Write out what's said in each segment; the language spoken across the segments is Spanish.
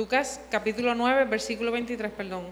Lucas capítulo 9, versículo 23, perdón.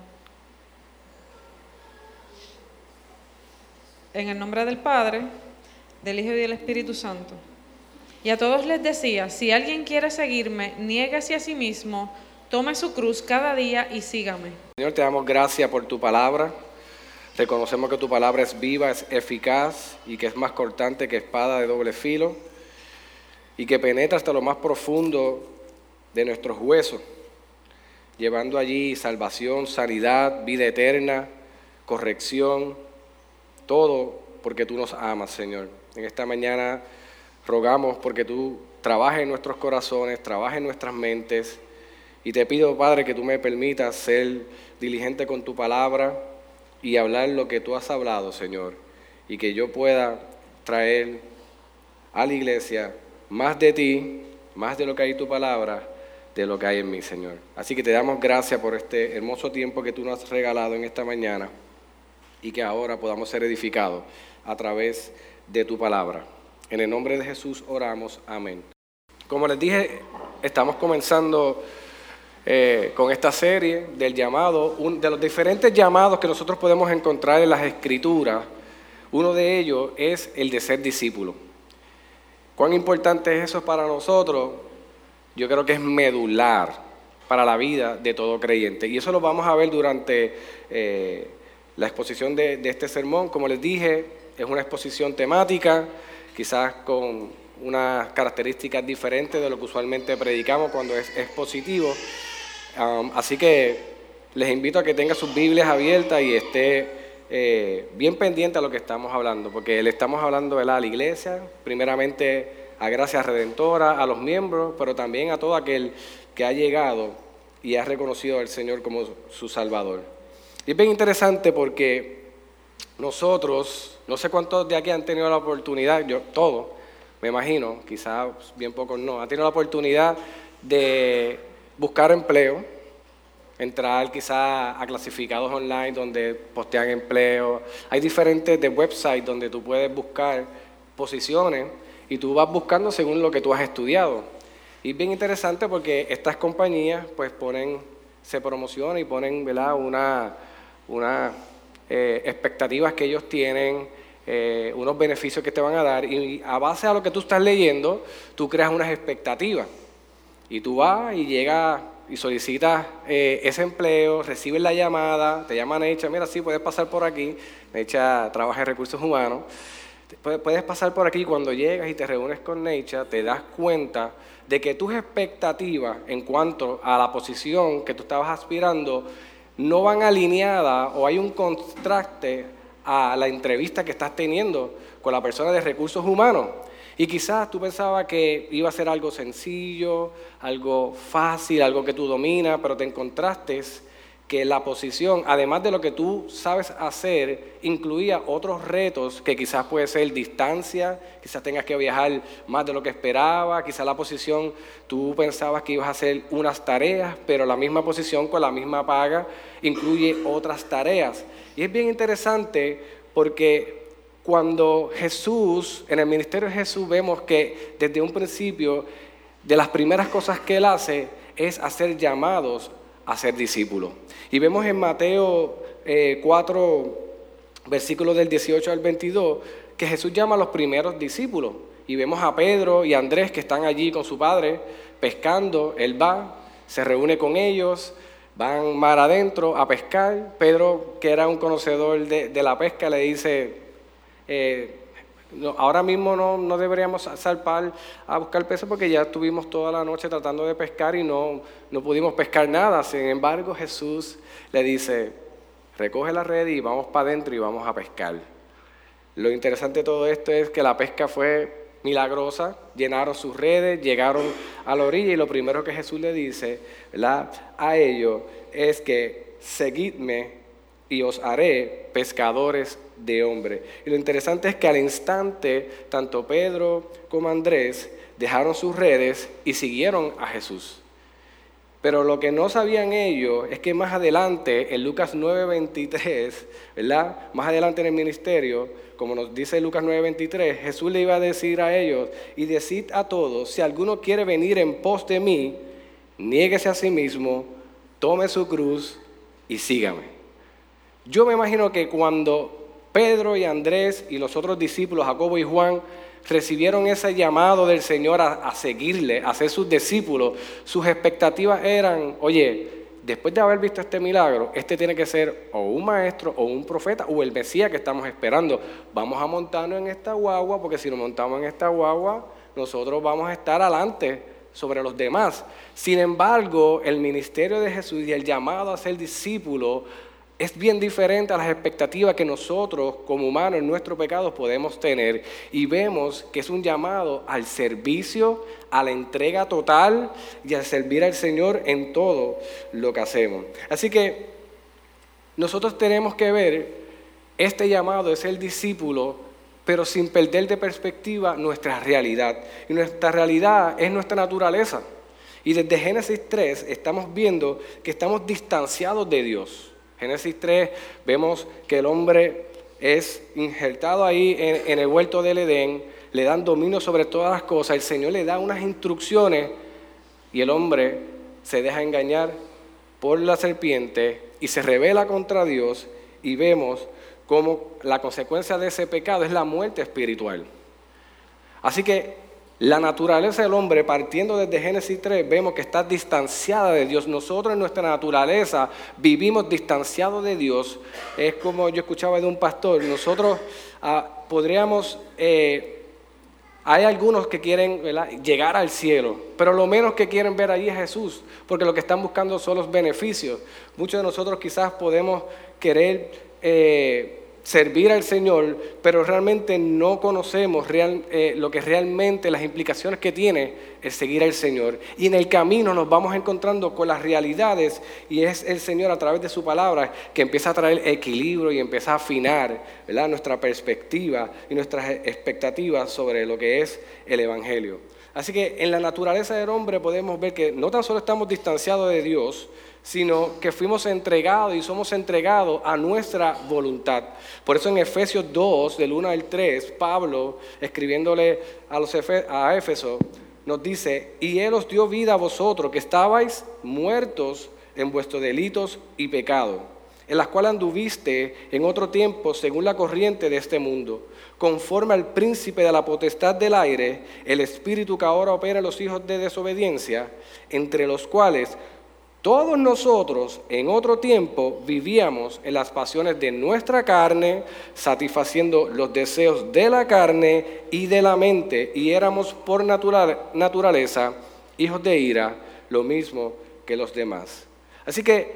En el nombre del Padre, del Hijo y del Espíritu Santo. Y a todos les decía, si alguien quiere seguirme, niéguese a sí mismo, tome su cruz cada día y sígame. Señor, te damos gracias por tu palabra. Reconocemos que tu palabra es viva, es eficaz y que es más cortante que espada de doble filo y que penetra hasta lo más profundo de nuestros huesos, llevando allí salvación, sanidad, vida eterna, corrección, todo porque tú nos amas, Señor. En esta mañana rogamos porque tú trabajes en nuestros corazones, trabajes en nuestras mentes y te pido, Padre, que tú me permitas ser diligente con tu palabra y hablar lo que tú has hablado, Señor, y que yo pueda traer a la iglesia más de ti, más de lo que hay en tu palabra, de lo que hay en mí, Señor. Así que te damos gracias por este hermoso tiempo que tú nos has regalado en esta mañana y que ahora podamos ser edificados a través de tu palabra. En el nombre de Jesús oramos, amén. Como les dije, estamos comenzando con esta serie del llamado, de los diferentes llamados que nosotros podemos encontrar en las Escrituras. Uno de ellos es el de ser discípulo. ¿Cuán importante es eso para nosotros? Yo creo que es medular para la vida de todo creyente. Y eso lo vamos a ver durante la exposición de este sermón. Como les dije, es una exposición temática, quizás con unas características diferentes de lo que usualmente predicamos cuando es expositivo. Así que les invito a que tengan sus Biblias abiertas y esté bien pendiente a lo que estamos hablando, porque le estamos hablando a la iglesia, primeramente a Gracia Redentora, a los miembros, pero también a todo aquel que ha llegado y ha reconocido al Señor como su Salvador. Y es bien interesante porque nosotros, no sé cuántos de aquí han tenido la oportunidad, yo todos, me imagino, quizás bien pocos no, han tenido la oportunidad de buscar empleo, entrar quizás a clasificados online donde postean empleo. Hay diferentes de websites donde tú puedes buscar posiciones y tú vas buscando según lo que tú has estudiado. Y es bien interesante porque estas compañías pues se promocionan y ponen, ¿verdad?, unas expectativas que ellos tienen, unos beneficios que te van a dar, y a base a lo que tú estás leyendo, tú creas unas expectativas. Y tú vas y llegas y solicitas ese empleo, recibes la llamada, te llama Necha, mira, sí, puedes pasar por aquí. Necha trabaja en recursos humanos. Puedes pasar por aquí. Cuando llegas y te reúnes con Necha, te das cuenta de que tus expectativas en cuanto a la posición que tú estabas aspirando no van alineadas o hay un contraste a la entrevista que estás teniendo con la persona de recursos humanos. Y quizás tú pensabas que iba a ser algo sencillo, algo fácil, algo que tú dominas, pero te encontraste que la posición, además de lo que tú sabes hacer, incluía otros retos que quizás puede ser distancia, quizás tengas que viajar más de lo que esperaba, quizás la posición tú pensabas que ibas a hacer unas tareas, pero la misma posición con la misma paga incluye otras tareas. Y es bien interesante porque cuando Jesús, en el ministerio de Jesús, vemos que desde un principio, de las primeras cosas que Él hace es hacer llamados a ser discípulos. Y vemos en Mateo 4, versículos del 18 al 22, que Jesús llama a los primeros discípulos. Y vemos a Pedro y a Andrés que están allí con su padre pescando. Él va, se reúne con ellos, van mar adentro a pescar. Pedro, que era un conocedor de la pesca, le dice, ahora mismo no deberíamos zarpar a buscar peces porque ya estuvimos toda la noche tratando de pescar y no pudimos pescar nada. Sin embargo, Jesús le dice, recoge la red y vamos para adentro y vamos a pescar. Lo interesante de todo esto es que la pesca fue milagrosa, llenaron sus redes, llegaron a la orilla y lo primero que Jesús le dice, ¿verdad?, a ellos es que seguidme y os haré pescadores de hombres. Y lo interesante es que al instante, tanto Pedro como Andrés dejaron sus redes y siguieron a Jesús. Pero lo que no sabían ellos es que más adelante, en Lucas 9:23, ¿verdad?, más adelante en el ministerio, como nos dice Lucas 9:23, Jesús le iba a decir a ellos, y decid a todos, si alguno quiere venir en pos de mí, niéguese a sí mismo, tome su cruz y sígame. Yo me imagino que cuando Pedro y Andrés y los otros discípulos, Jacobo y Juan, recibieron ese llamado del Señor a seguirle, a ser sus discípulos, sus expectativas eran, oye, después de haber visto este milagro, este tiene que ser o un maestro o un profeta o el Mesías que estamos esperando. Vamos a montarnos en esta guagua, porque si nos montamos en esta guagua, nosotros vamos a estar adelante sobre los demás. Sin embargo, el ministerio de Jesús y el llamado a ser discípulo es bien diferente a las expectativas que nosotros como humanos en nuestro pecado podemos tener, y vemos que es un llamado al servicio, a la entrega total y a servir al Señor en todo lo que hacemos. Así que nosotros tenemos que ver este llamado de ser discípulo, pero sin perder de perspectiva nuestra realidad. Y nuestra realidad es nuestra naturaleza. Y desde Génesis 3 estamos viendo que estamos distanciados de Dios. Génesis 3 vemos que el hombre es injertado ahí en el huerto del Edén, le dan dominio sobre todas las cosas, el Señor le da unas instrucciones y el hombre se deja engañar por la serpiente y se rebela contra Dios, y vemos cómo la consecuencia de ese pecado es la muerte espiritual. Así que la naturaleza del hombre, partiendo desde Génesis 3, vemos que está distanciada de Dios. Nosotros en nuestra naturaleza vivimos distanciados de Dios. Es como yo escuchaba de un pastor, nosotros podríamos, hay algunos que quieren, ¿verdad?, llegar al cielo, pero lo menos que quieren ver allí es Jesús, porque lo que están buscando son los beneficios. Muchos de nosotros quizás podemos querer servir al Señor, pero realmente no conocemos lo que realmente las implicaciones que tiene el seguir al Señor. Y en el camino nos vamos encontrando con las realidades, y es el Señor a través de su palabra que empieza a traer equilibrio y empieza a afinar, ¿verdad?, nuestra perspectiva y nuestras expectativas sobre lo que es el Evangelio. Así que en la naturaleza del hombre podemos ver que no tan solo estamos distanciados de Dios, sino que fuimos entregados y somos entregados a nuestra voluntad. Por eso en Efesios 2, del 1 al 3, Pablo, escribiéndole a Éfeso, nos dice: y Él os dio vida a vosotros, que estabais muertos en vuestros delitos y pecados, en las cuales anduviste en otro tiempo según la corriente de este mundo, conforme al príncipe de la potestad del aire, el espíritu que ahora opera en los hijos de desobediencia, entre los cuales todos nosotros en otro tiempo vivíamos en las pasiones de nuestra carne, satisfaciendo los deseos de la carne y de la mente, y éramos por naturaleza hijos de ira, lo mismo que los demás. Así que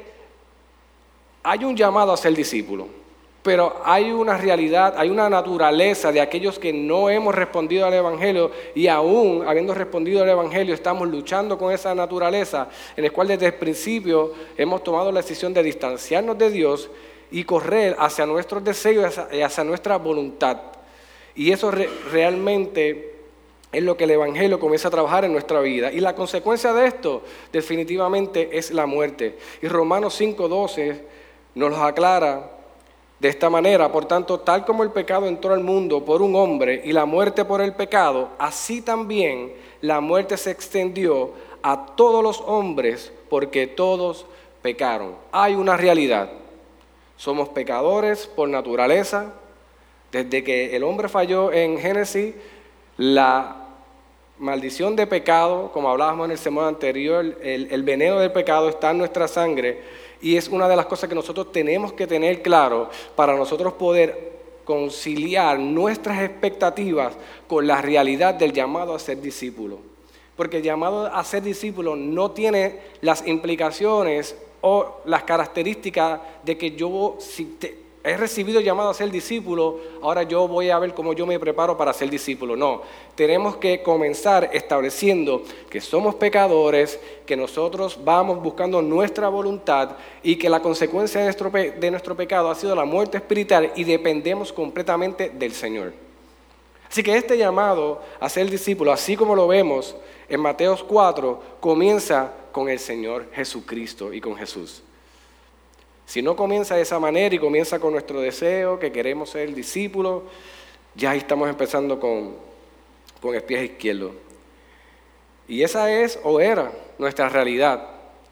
hay un llamado a ser discípulo, pero hay una realidad, hay una naturaleza de aquellos que no hemos respondido al Evangelio, y aún habiendo respondido al Evangelio estamos luchando con esa naturaleza, en el cual desde el principio hemos tomado la decisión de distanciarnos de Dios y correr hacia nuestros deseos y hacia nuestra voluntad. Y eso realmente es lo que el Evangelio comienza a trabajar en nuestra vida. Y la consecuencia de esto definitivamente es la muerte. Y Romanos 5:12 nos lo aclara de esta manera: por tanto, tal como el pecado entró al mundo por un hombre y la muerte por el pecado, así también la muerte se extendió a todos los hombres, porque todos pecaron. Hay una realidad: somos pecadores por naturaleza. Desde que el hombre falló en Génesis, la maldición de pecado, como hablábamos en el sermón anterior, el veneno del pecado está en nuestra sangre. Y es una de las cosas que nosotros tenemos que tener claro para nosotros poder conciliar nuestras expectativas con la realidad del llamado a ser discípulo. Porque el llamado a ser discípulo no tiene las implicaciones o las características de que yo, he recibido el llamado a ser discípulo, ahora yo voy a ver cómo yo me preparo para ser discípulo. No, tenemos que comenzar estableciendo que somos pecadores, que nosotros vamos buscando nuestra voluntad y que la consecuencia de nuestro pecado ha sido la muerte espiritual, y dependemos completamente del Señor. Así que este llamado a ser discípulo, así como lo vemos en Mateo 4, comienza con el Señor Jesucristo y con Jesús. Si no comienza de esa manera y comienza con nuestro deseo, que queremos ser discípulos, ya ahí estamos empezando con el pie izquierdo. Y esa es o era nuestra realidad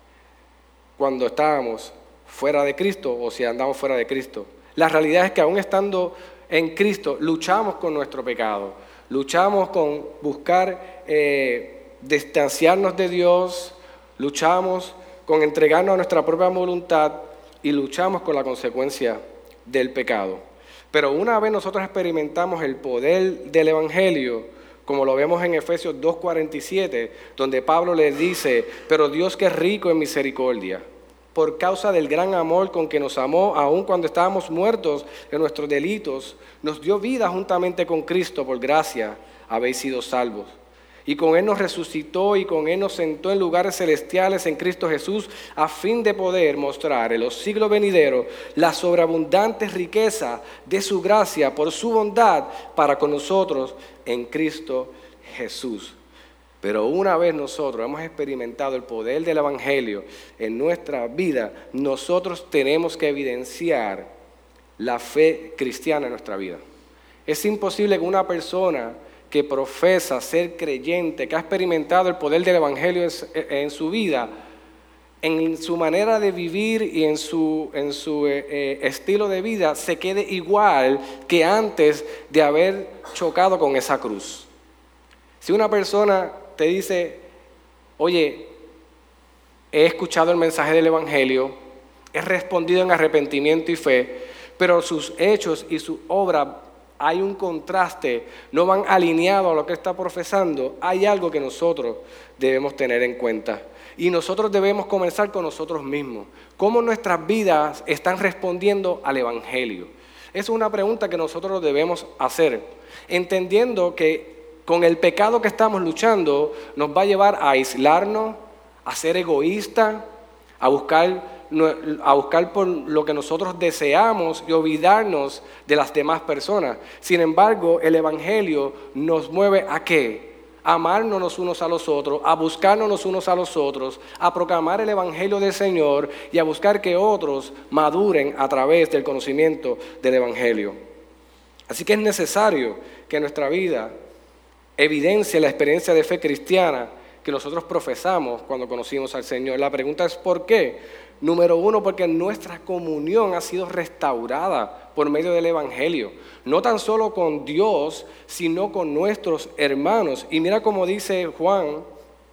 cuando estábamos fuera de Cristo o si andamos fuera de Cristo. La realidad es que aún estando en Cristo, luchamos con nuestro pecado, luchamos con buscar distanciarnos de Dios, luchamos con entregarnos a nuestra propia voluntad y luchamos con la consecuencia del pecado. Pero una vez nosotros experimentamos el poder del Evangelio, como lo vemos en Efesios 2:47, donde Pablo les dice, pero Dios que es rico en misericordia, por causa del gran amor con que nos amó, aun cuando estábamos muertos en nuestros delitos, nos dio vida juntamente con Cristo, por gracia habéis sido salvos. Y con Él nos resucitó y con Él nos sentó en lugares celestiales en Cristo Jesús, a fin de poder mostrar en los siglos venideros la sobreabundante riqueza de su gracia por su bondad para con nosotros en Cristo Jesús. Pero una vez nosotros hemos experimentado el poder del Evangelio en nuestra vida, nosotros tenemos que evidenciar la fe cristiana en nuestra vida. Es imposible que una persona que profesa ser creyente, que ha experimentado el poder del Evangelio en su vida, en su manera de vivir y en su estilo de vida, se quede igual que antes de haber chocado con esa cruz. Si una persona te dice, oye, he escuchado el mensaje del Evangelio, he respondido en arrepentimiento y fe, pero sus hechos y su obra hay un contraste, no van alineados a lo que está profesando, hay algo que nosotros debemos tener en cuenta. Y nosotros debemos comenzar con nosotros mismos. ¿Cómo nuestras vidas están respondiendo al Evangelio? Esa es una pregunta que nosotros debemos hacer, entendiendo que con el pecado que estamos luchando nos va a llevar a aislarnos, a ser egoístas, a buscar por lo que nosotros deseamos y olvidarnos de las demás personas. Sin embargo, el Evangelio nos mueve ¿a qué? A amarnos los unos a los otros, a buscarnos los unos a los otros, a proclamar el Evangelio del Señor y a buscar que otros maduren a través del conocimiento del Evangelio. Así que es necesario que nuestra vida evidencie la experiencia de fe cristiana que nosotros profesamos cuando conocimos al Señor. La pregunta es ¿por qué? Número uno, porque nuestra comunión ha sido restaurada por medio del Evangelio. No tan solo con Dios, sino con nuestros hermanos. Y mira cómo dice Juan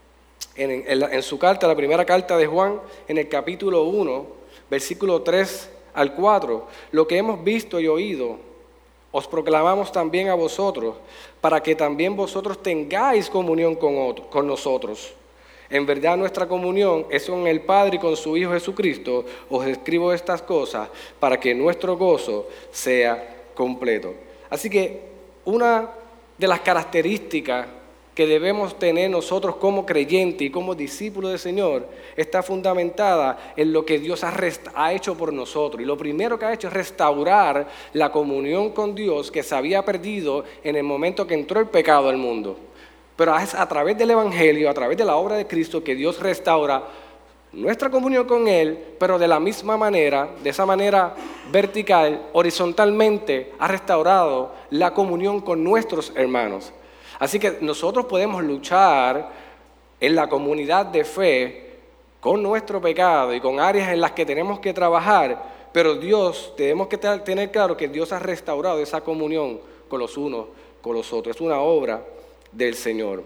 en su carta, la primera carta de Juan, en el capítulo 1, versículo 3 al 4. Lo que hemos visto y oído, os proclamamos también a vosotros, para que también vosotros tengáis comunión con nosotros. En verdad nuestra comunión es con el Padre y con su Hijo Jesucristo. Os escribo estas cosas para que nuestro gozo sea completo. Así que una de las características que debemos tener nosotros como creyentes y como discípulos del Señor está fundamentada en lo que Dios ha hecho por nosotros. Y lo primero que ha hecho es restaurar la comunión con Dios que se había perdido en el momento que entró el pecado al mundo. Pero es a través del Evangelio, a través de la obra de Cristo, que Dios restaura nuestra comunión con Él, pero de la misma manera, de esa manera vertical, horizontalmente, ha restaurado la comunión con nuestros hermanos. Así que nosotros podemos luchar en la comunidad de fe con nuestro pecado y con áreas en las que tenemos que trabajar, pero Dios, tenemos que tener claro que Dios ha restaurado esa comunión con los unos, con los otros. Es una obra del Señor.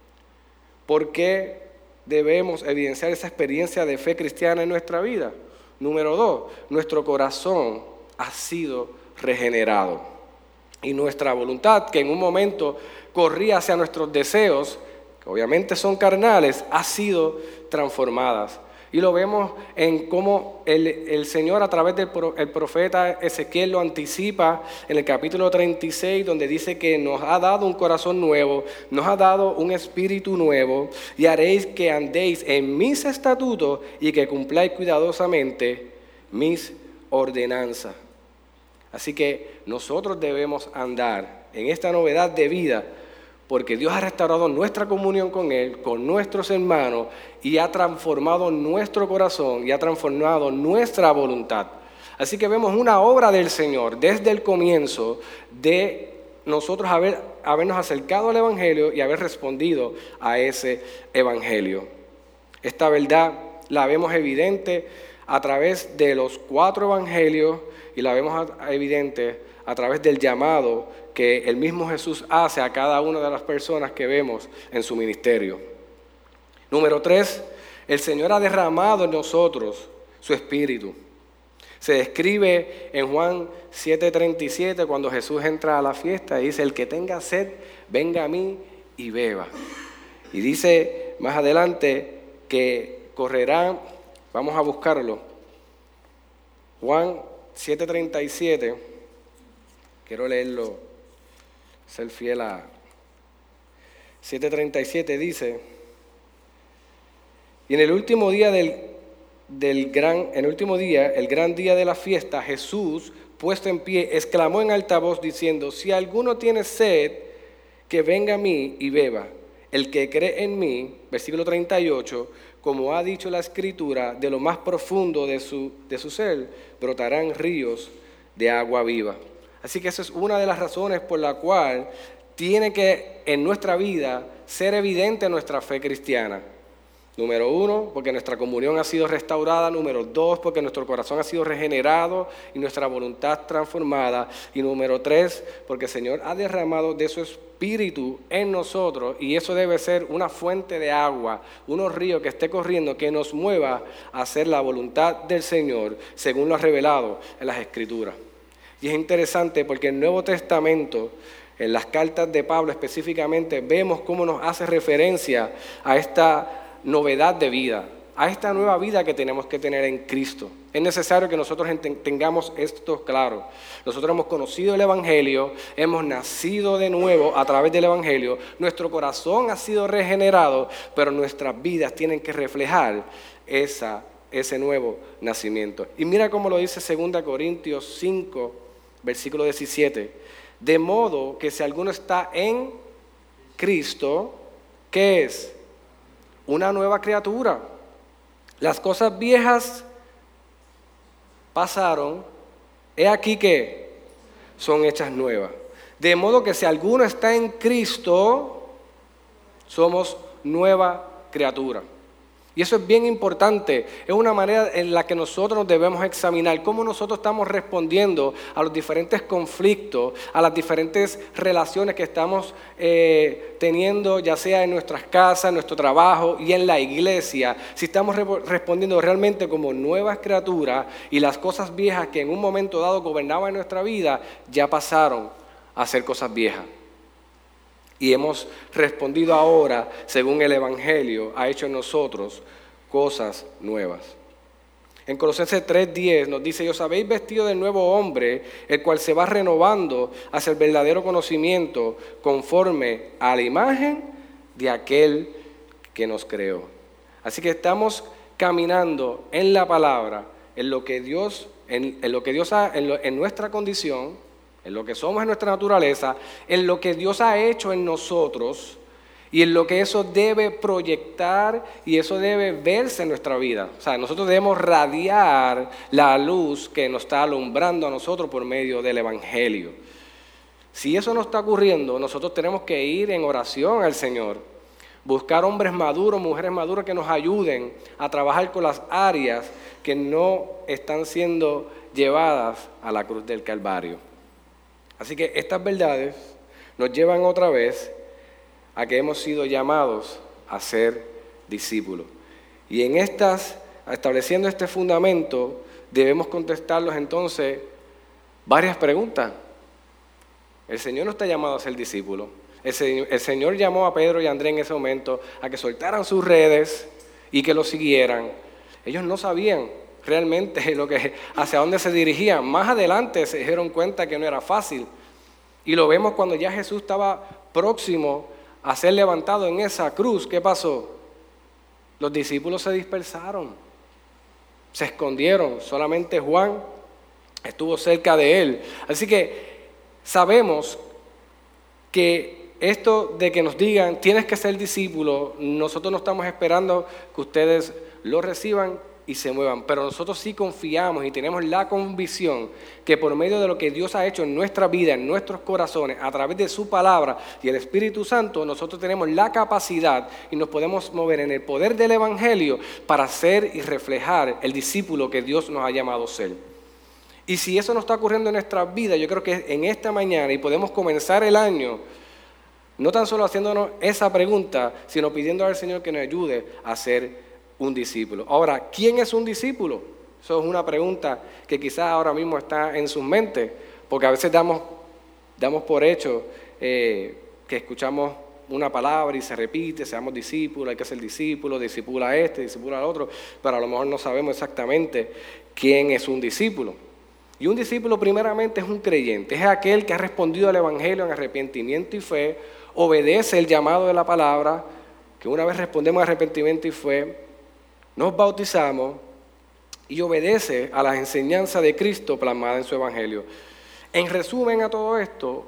¿Por qué debemos evidenciar esa experiencia de fe cristiana en nuestra vida? Número 2, nuestro corazón ha sido regenerado y nuestra voluntad, que en un momento corría hacia nuestros deseos, que obviamente son carnales, ha sido transformada. Y lo vemos en cómo el Señor a través del profeta Ezequiel lo anticipa en el capítulo 36, donde dice que nos ha dado un corazón nuevo, nos ha dado un espíritu nuevo, y haréis que andéis en mis estatutos y que cumpláis cuidadosamente mis ordenanzas. Así que nosotros debemos andar en esta novedad de vida, porque Dios ha restaurado nuestra comunión con Él, con nuestros hermanos, y ha transformado nuestro corazón y ha transformado nuestra voluntad. Así que vemos una obra del Señor desde el comienzo de nosotros haber habernos acercado al Evangelio y haber respondido a ese Evangelio. Esta verdad la vemos evidente a través de los 4 evangelios y la vemos evidente a través del llamado que el mismo Jesús hace a cada una de las personas que vemos en su ministerio. Número 3, el Señor ha derramado en nosotros su Espíritu. Se describe en Juan 7:37 cuando Jesús entra a la fiesta y dice: el que tenga sed, venga a mí y beba. Y dice más adelante que correrán, vamos a buscarlo, Juan 7:37, quiero leerlo, ser fiel a 7:37 dice: y en el último día el gran día de la fiesta, Jesús, puesto en pie, exclamó en alta voz diciendo: si alguno tiene sed, que venga a mí y beba. El que cree en mí, versículo 38, como ha dicho la Escritura, de lo más profundo de su ser, brotarán ríos de agua viva. Así que esa es una de las razones por la cual tiene que en nuestra vida ser evidente nuestra fe cristiana. Número 1, porque nuestra comunión ha sido restaurada. Número 2, porque nuestro corazón ha sido regenerado y nuestra voluntad transformada. Y número 3, porque el Señor ha derramado de su Espíritu en nosotros, y eso debe ser una fuente de agua, unos ríos que esté corriendo, que nos mueva a hacer la voluntad del Señor, según lo ha revelado en las Escrituras. Y es interesante porque en el Nuevo Testamento, en las cartas de Pablo específicamente, vemos cómo nos hace referencia a esta novedad de vida, a esta nueva vida que tenemos que tener en Cristo. Es necesario que nosotros tengamos esto claro. Nosotros hemos conocido el Evangelio, hemos nacido de nuevo a través del Evangelio, nuestro corazón ha sido regenerado, pero nuestras vidas tienen que reflejar ese nuevo nacimiento. Y mira cómo lo dice 2 Corintios 5, versículo 17. De modo que si alguno está en Cristo, ¿qué es? Una nueva criatura. Las cosas viejas pasaron, he aquí que son hechas nuevas. De modo que si alguno está en Cristo, somos nueva criatura. Y eso es bien importante, es una manera en la que nosotros nos debemos examinar cómo nosotros estamos respondiendo a los diferentes conflictos, a las diferentes relaciones que estamos teniendo, ya sea en nuestras casas, en nuestro trabajo y en la iglesia. Si estamos respondiendo realmente como nuevas criaturas y las cosas viejas que en un momento dado gobernaban nuestra vida, ya pasaron a ser cosas viejas. Y hemos respondido ahora, según el Evangelio, ha hecho en nosotros cosas nuevas. En Colosenses 3:10 nos dice: y os habéis vestido del nuevo hombre, el cual se va renovando hacia el verdadero conocimiento, conforme a la imagen de aquel que nos creó. Así que estamos caminando en la palabra, en lo que Dios ha, en nuestra condición, en lo que somos en nuestra naturaleza, en lo que Dios ha hecho en nosotros y en lo que eso debe proyectar y eso debe verse en nuestra vida. O sea, nosotros debemos radiar la luz que nos está alumbrando a nosotros por medio del Evangelio. Si eso no está ocurriendo, nosotros tenemos que ir en oración al Señor, buscar hombres maduros, mujeres maduras que nos ayuden a trabajar con las áreas que no están siendo llevadas a la cruz del Calvario. Así que estas verdades nos llevan otra vez a que hemos sido llamados a ser discípulos. Y en estableciendo este fundamento, debemos contestarlos entonces varias preguntas. El Señor no está llamado a ser discípulo. El Señor llamó a Pedro y a Andrés en ese momento a que soltaran sus redes y que lo siguieran. Ellos no sabían realmente hacia dónde se dirigían. Más adelante se dieron cuenta que no era fácil. Y lo vemos cuando ya Jesús estaba próximo a ser levantado en esa cruz. ¿Qué pasó? Los discípulos se dispersaron, se escondieron. Solamente Juan estuvo cerca de él. Así que sabemos que esto de que nos digan tienes que ser discípulo, nosotros no estamos esperando que ustedes lo reciban y se muevan. Pero nosotros sí confiamos y tenemos la convicción que por medio de lo que Dios ha hecho en nuestra vida, en nuestros corazones, a través de su palabra y el Espíritu Santo, nosotros tenemos la capacidad y nos podemos mover en el poder del Evangelio para ser y reflejar el discípulo que Dios nos ha llamado a ser. Y si eso no está ocurriendo en nuestras vidas, yo creo que en esta mañana, y podemos comenzar el año, no tan solo haciéndonos esa pregunta, sino pidiendo al Señor que nos ayude a ser un discípulo. Ahora, ¿quién es un discípulo? Eso es una pregunta que quizás ahora mismo está en sus mentes, porque a veces damos por hecho que escuchamos una palabra y se repite, seamos discípulos, hay que ser discípulos, discípula a este, discípula al otro, pero a lo mejor no sabemos exactamente quién es un discípulo. Y un discípulo primeramente es un creyente, es aquel que ha respondido al Evangelio en arrepentimiento y fe, obedece el llamado de la palabra, que una vez respondemos a arrepentimiento y fe, nos bautizamos y obedece a las enseñanzas de Cristo plasmadas en su Evangelio. En resumen a todo esto,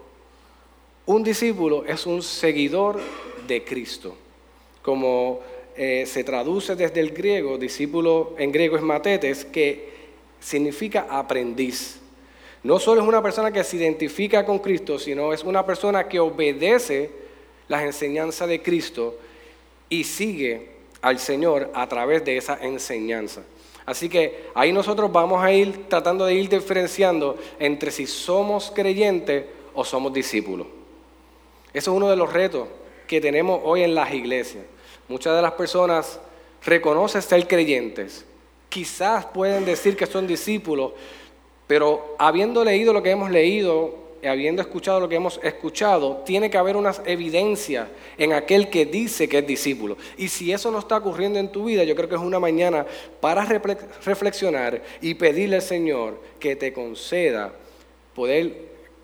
un discípulo es un seguidor de Cristo. Como se traduce desde el griego, discípulo en griego es matetes, que significa aprendiz. No solo es una persona que se identifica con Cristo, sino es una persona que obedece las enseñanzas de Cristo y sigue al Señor a través de esa enseñanza. Así que ahí nosotros vamos a ir tratando de ir diferenciando entre si somos creyentes o somos discípulos. Eso es uno de los retos que tenemos hoy en las iglesias. Muchas de las personas reconocen ser creyentes. Quizás pueden decir que son discípulos, pero habiendo leído lo que hemos leído, habiendo escuchado lo que hemos escuchado, tiene que haber unas evidencias en aquel que dice que es discípulo. Y si eso no está ocurriendo en tu vida, yo creo que es una mañana para reflexionar y pedirle al Señor que te conceda poder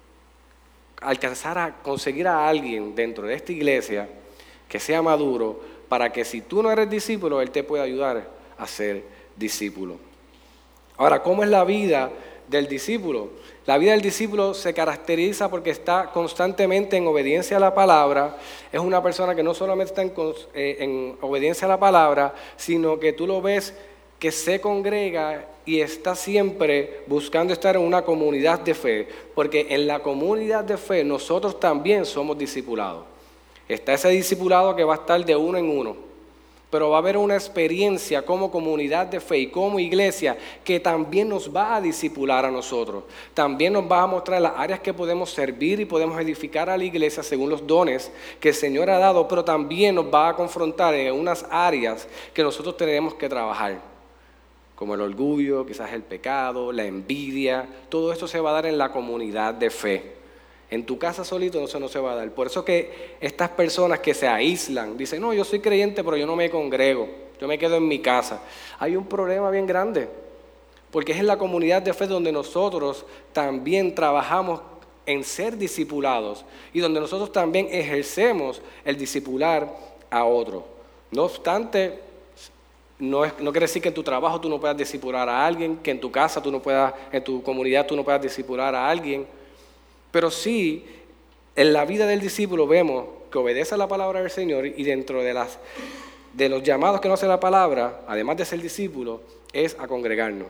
alcanzar a conseguir a alguien dentro de esta iglesia que sea maduro, para que si tú no eres discípulo, Él te pueda ayudar a ser discípulo. Ahora, ¿cómo es la vida del discípulo? La vida del discípulo se caracteriza porque está constantemente en obediencia a la palabra. Es una persona que no solamente está en obediencia a la palabra, sino que tú lo ves que se congrega y está siempre buscando estar en una comunidad de fe, porque en la comunidad de fe nosotros también somos discipulados. Está ese discipulado que va a estar de uno en uno, pero va a haber una experiencia como comunidad de fe y como iglesia que también nos va a discipular a nosotros. También nos va a mostrar las áreas que podemos servir y podemos edificar a la iglesia según los dones que el Señor ha dado, pero también nos va a confrontar en unas áreas que nosotros tenemos que trabajar, como el orgullo, quizás el pecado, la envidia. Todo esto se va a dar en la comunidad de fe. En tu casa solito no se va a dar. Por eso que estas personas que se aíslan, dicen, no, yo soy creyente, pero yo no me congrego, yo me quedo en mi casa. Hay un problema bien grande, porque es en la comunidad de fe donde nosotros también trabajamos en ser discipulados y donde nosotros también ejercemos el discipular a otros. No obstante, no quiere decir que en tu trabajo tú no puedas discipular a alguien, que en tu casa tú no puedas, en tu comunidad tú no puedas discipular a alguien. Pero sí, en la vida del discípulo vemos que obedece a la palabra del Señor y dentro de los llamados que nos hace la palabra, además de ser discípulo, es a congregarnos.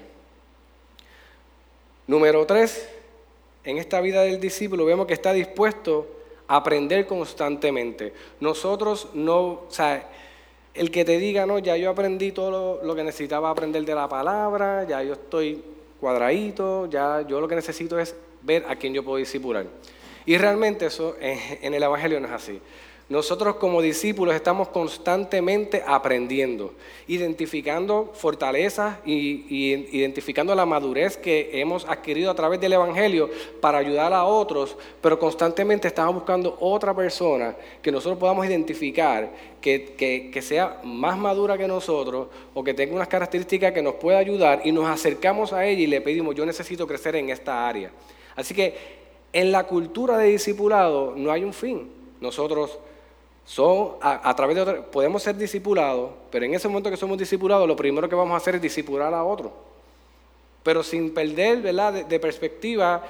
Número 3, en esta vida del discípulo vemos que está dispuesto a aprender constantemente. Nosotros no, el que te diga, no, ya yo aprendí todo lo que necesitaba aprender de la palabra, ya yo estoy cuadradito, ya yo lo que necesito es ver a quién yo puedo discipular. Y realmente eso en el Evangelio no es así. Nosotros como discípulos estamos constantemente aprendiendo, identificando fortalezas y identificando la madurez que hemos adquirido a través del Evangelio para ayudar a otros, pero constantemente estamos buscando otra persona que nosotros podamos identificar que sea más madura que nosotros o que tenga unas características que nos pueda ayudar, y nos acercamos a ella y le pedimos, yo necesito crecer en esta área. Así que en la cultura de discipulado no hay un fin. Nosotros a través de otros podemos ser discipulados, pero en ese momento que somos discipulados, lo primero que vamos a hacer es discipular a otro. pero sin perder, ¿verdad?, de perspectiva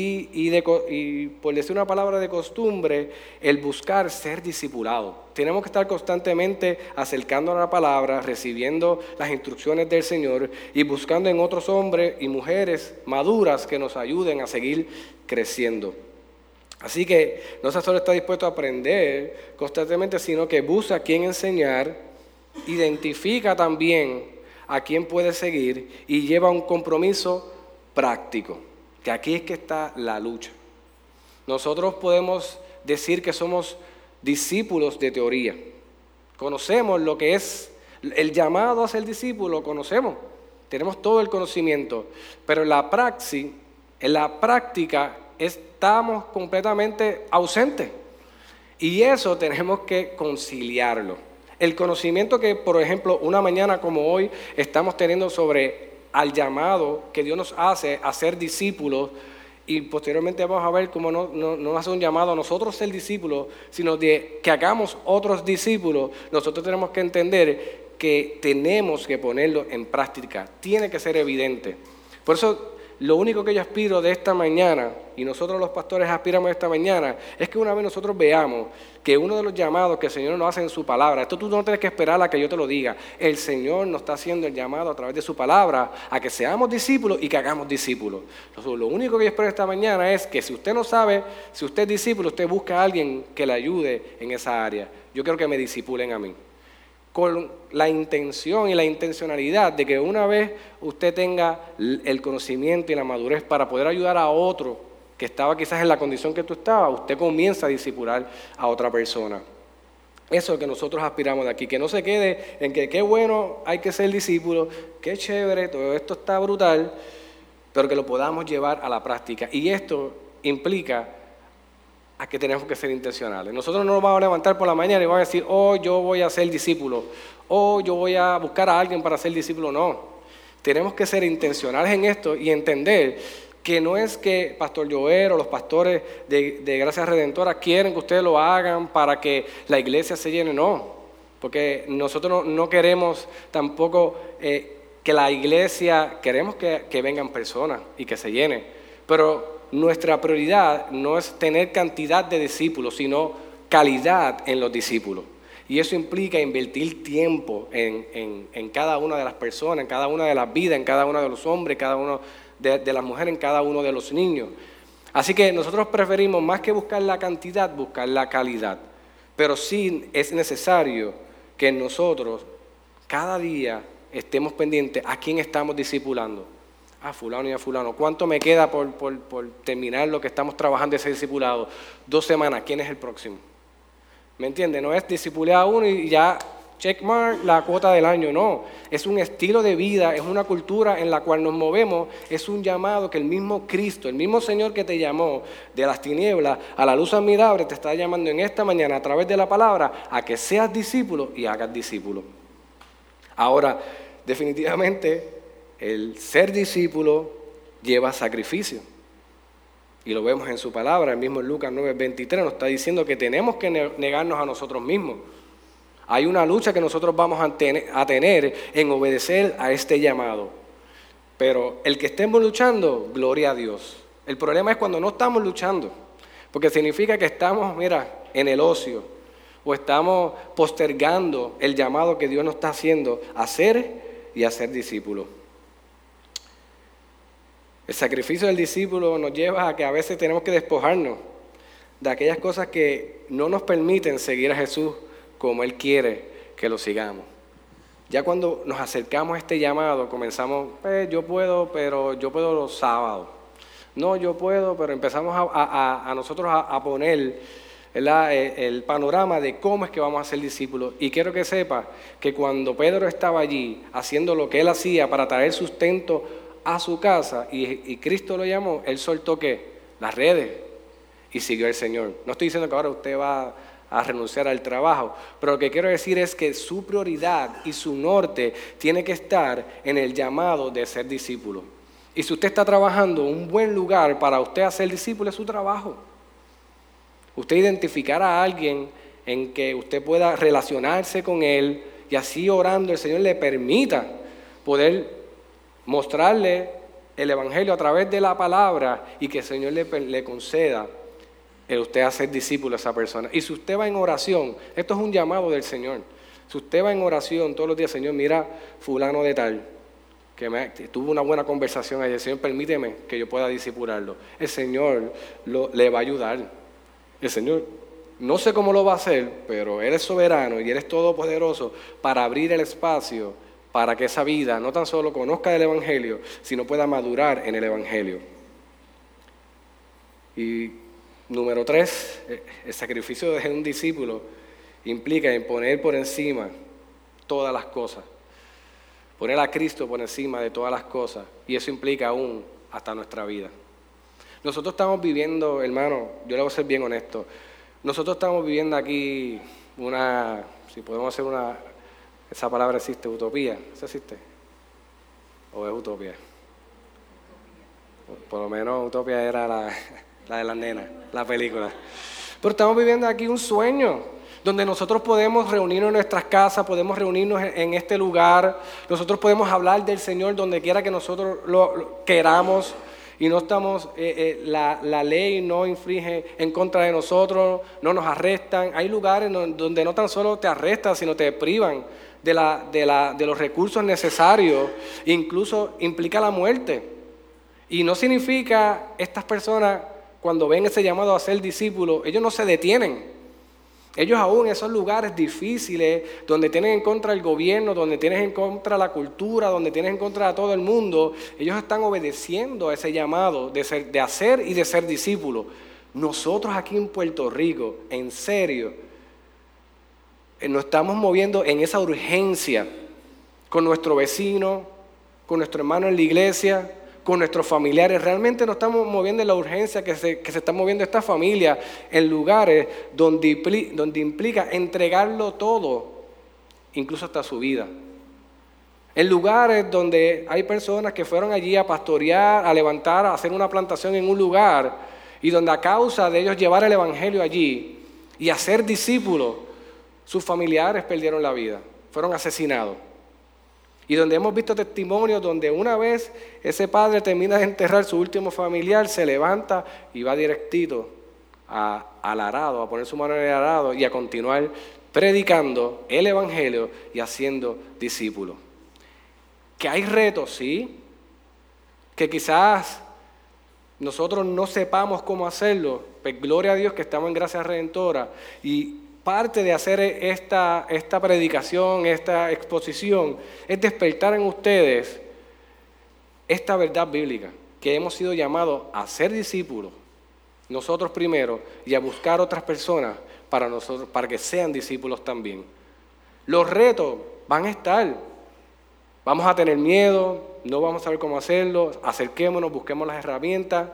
y por decir una palabra de costumbre, el buscar ser discipulado. Tenemos que estar constantemente acercándonos a la palabra, recibiendo las instrucciones del Señor y buscando en otros hombres y mujeres maduras que nos ayuden a seguir creciendo. Así que no solo está dispuesto a aprender constantemente, sino que busca a quién enseñar, identifica también a quién puede seguir y lleva un compromiso práctico, que aquí es que está la lucha. Nosotros podemos decir que somos discípulos de teoría, conocemos lo que es el llamado a ser discípulo, conocemos, tenemos todo el conocimiento, pero en la práctica estamos completamente ausentes y eso tenemos que conciliarlo. El conocimiento que, por ejemplo, una mañana como hoy estamos teniendo sobre al llamado que Dios nos hace a ser discípulos, y posteriormente vamos a ver cómo no hace un llamado a nosotros ser discípulos, sino de que hagamos otros discípulos. Nosotros tenemos que entender que tenemos que ponerlo en práctica, tiene que ser evidente. Por eso lo único que yo aspiro de esta mañana, y nosotros los pastores aspiramos de esta mañana, es que una vez nosotros veamos que uno de los llamados que el Señor nos hace en su palabra, esto tú no tienes que esperar a que yo te lo diga, el Señor nos está haciendo el llamado a través de su palabra a que seamos discípulos y que hagamos discípulos. Lo único que yo espero esta mañana es que si usted no sabe, si usted es discípulo, usted busca a alguien que le ayude en esa área. Yo quiero que me discipulen a mí, con la intención y la intencionalidad de que una vez usted tenga el conocimiento y la madurez para poder ayudar a otro que estaba quizás en la condición que tú estabas, usted comienza a discipular a otra persona. Eso es lo que nosotros aspiramos de aquí, que no se quede en que qué bueno hay que ser discípulo, qué chévere, todo esto está brutal, pero que lo podamos llevar a la práctica. Y esto implica a que tenemos que ser intencionales. Nosotros no nos vamos a levantar por la mañana y vamos a decir, oh, yo voy a ser discípulo, oh, yo voy a buscar a alguien para ser discípulo. No, tenemos que ser intencionales en esto y entender que no es que Pastor Joel o los pastores de Gracia Redentora quieren que ustedes lo hagan para que la iglesia se llene, no, porque nosotros no queremos tampoco que la iglesia, queremos que vengan personas y que se llene, pero nuestra prioridad no es tener cantidad de discípulos, sino calidad en los discípulos. Y eso implica invertir tiempo en cada una de las personas, en cada una de las vidas, en cada uno de los hombres, cada uno de las mujeres, en cada uno de los niños. Así que nosotros preferimos, más que buscar la cantidad, buscar la calidad. Pero sí es necesario que nosotros cada día estemos pendientes a quién estamos discipulando. A fulano y a fulano. ¿Cuánto me queda por terminar lo que estamos trabajando ese discipulado? 2 semanas. ¿Quién es el próximo? ¿Me entiende? No es discipular a uno y ya checkmark la cuota del año. No. Es un estilo de vida, es una cultura en la cual nos movemos. Es un llamado que el mismo Cristo, el mismo Señor que te llamó de las tinieblas a la luz admirable, te está llamando en esta mañana a través de la palabra a que seas discípulo y hagas discípulo. Ahora, definitivamente, el ser discípulo lleva sacrificio. Y lo vemos en su palabra, el mismo Lucas 9:23 nos está diciendo que tenemos que negarnos a nosotros mismos. Hay una lucha que nosotros vamos a tener en obedecer a este llamado. Pero el que estemos luchando, gloria a Dios. El problema es cuando no estamos luchando, porque significa que estamos, en el ocio, o estamos postergando el llamado que Dios nos está haciendo a ser y a ser discípulos. El sacrificio del discípulo nos lleva a que a veces tenemos que despojarnos de aquellas cosas que no nos permiten seguir a Jesús como Él quiere que lo sigamos. Ya cuando nos acercamos a este llamado, comenzamos, yo puedo, pero yo puedo los sábados. No, yo puedo, pero empezamos a nosotros a poner el panorama de cómo es que vamos a ser discípulos. Y quiero que sepa que cuando Pedro estaba allí haciendo lo que él hacía para traer sustento a su casa y Cristo lo llamó, él soltó ¿qué? Las redes y siguió al Señor. No estoy diciendo que ahora usted va a renunciar al trabajo, pero lo que quiero decir es que su prioridad y su norte tiene que estar en el llamado de ser discípulo. Y si usted está trabajando un buen lugar para usted hacer discípulo, es su trabajo. Usted identificar a alguien en que usted pueda relacionarse con él y así orando el Señor le permita poder mostrarle el Evangelio a través de la palabra y que el Señor le conceda el usted hacer discípulo a esa persona. Y si usted va en oración, esto es un llamado del Señor. Si usted va en oración todos los días, Señor, mira fulano de tal, que tuvo una buena conversación ayer, Señor, permíteme que yo pueda discipularlo. El Señor le va a ayudar. El Señor, no sé cómo lo va a hacer, pero Él es soberano y Él es todopoderoso para abrir el espacio para que esa vida no tan solo conozca el Evangelio, sino pueda madurar en el Evangelio. Y número 3, el sacrificio de un discípulo implica en poner por encima todas las cosas. Poner a Cristo por encima de todas las cosas. Y eso implica aún hasta nuestra vida. Nosotros estamos viviendo, hermano, yo le voy a ser bien honesto. Nosotros estamos viviendo aquí si podemos hacer esa palabra existe, utopía. ¿Eso existe? ¿O es utopía? Por lo menos utopía era la de las nenas, la película. Pero estamos viviendo aquí un sueño, donde nosotros podemos reunirnos en nuestras casas, podemos reunirnos en este lugar, nosotros podemos hablar del Señor donde quiera que nosotros lo queramos, y no estamos, la ley no infringe en contra de nosotros, no nos arrestan. Hay lugares donde no tan solo te arrestan, sino te privan de los recursos necesarios, incluso implica la muerte. Y no significa, estas personas cuando ven ese llamado a ser discípulos, ellos no se detienen. Ellos aún en esos lugares difíciles, donde tienen en contra el gobierno, donde tienen en contra la cultura, donde tienen en contra a todo el mundo, ellos están obedeciendo a ese llamado de hacer y de ser discípulos. Nosotros aquí en Puerto Rico, en serio, nos estamos moviendo en esa urgencia con nuestro vecino, con nuestro hermano en la iglesia, con nuestros familiares. Realmente nos estamos moviendo en la urgencia que se está moviendo esta familia en lugares donde implica entregarlo todo, incluso hasta su vida. En lugares donde hay personas que fueron allí a pastorear, a levantar, a hacer una plantación en un lugar, y donde a causa de ellos llevar el Evangelio allí y hacer discípulos, sus familiares perdieron la vida, fueron asesinados. Y donde hemos visto testimonios donde una vez ese padre termina de enterrar su último familiar, se levanta y va directito al arado, a poner su mano en el arado y a continuar predicando el Evangelio y haciendo discípulos. Que hay retos, sí, que quizás nosotros no sepamos cómo hacerlo, pero gloria a Dios que estamos en Gracia Redentora, y parte de hacer esta predicación, esta exposición, es despertar en ustedes esta verdad bíblica, que hemos sido llamados a ser discípulos, nosotros primero, y a buscar otras personas para que sean discípulos también. Los retos van a estar, vamos a tener miedo, no vamos a saber cómo hacerlo, acerquémonos, busquemos las herramientas.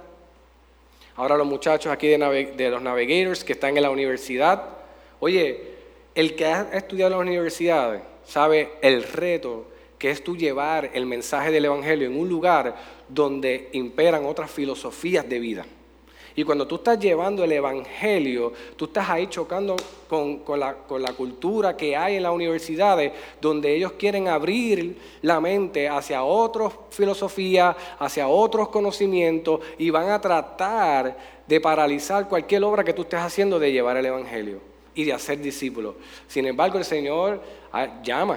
Ahora los muchachos aquí de los Navigators que están en la universidad, oye, el que ha estudiado en las universidades sabe el reto que es tú llevar el mensaje del Evangelio en un lugar donde imperan otras filosofías de vida. Y cuando tú estás llevando el Evangelio, tú estás ahí chocando con la cultura que hay en las universidades, donde ellos quieren abrir la mente hacia otras filosofías, hacia otros conocimientos, y van a tratar de paralizar cualquier obra que tú estés haciendo de llevar el Evangelio y de hacer discípulos. Sin embargo, el Señor llama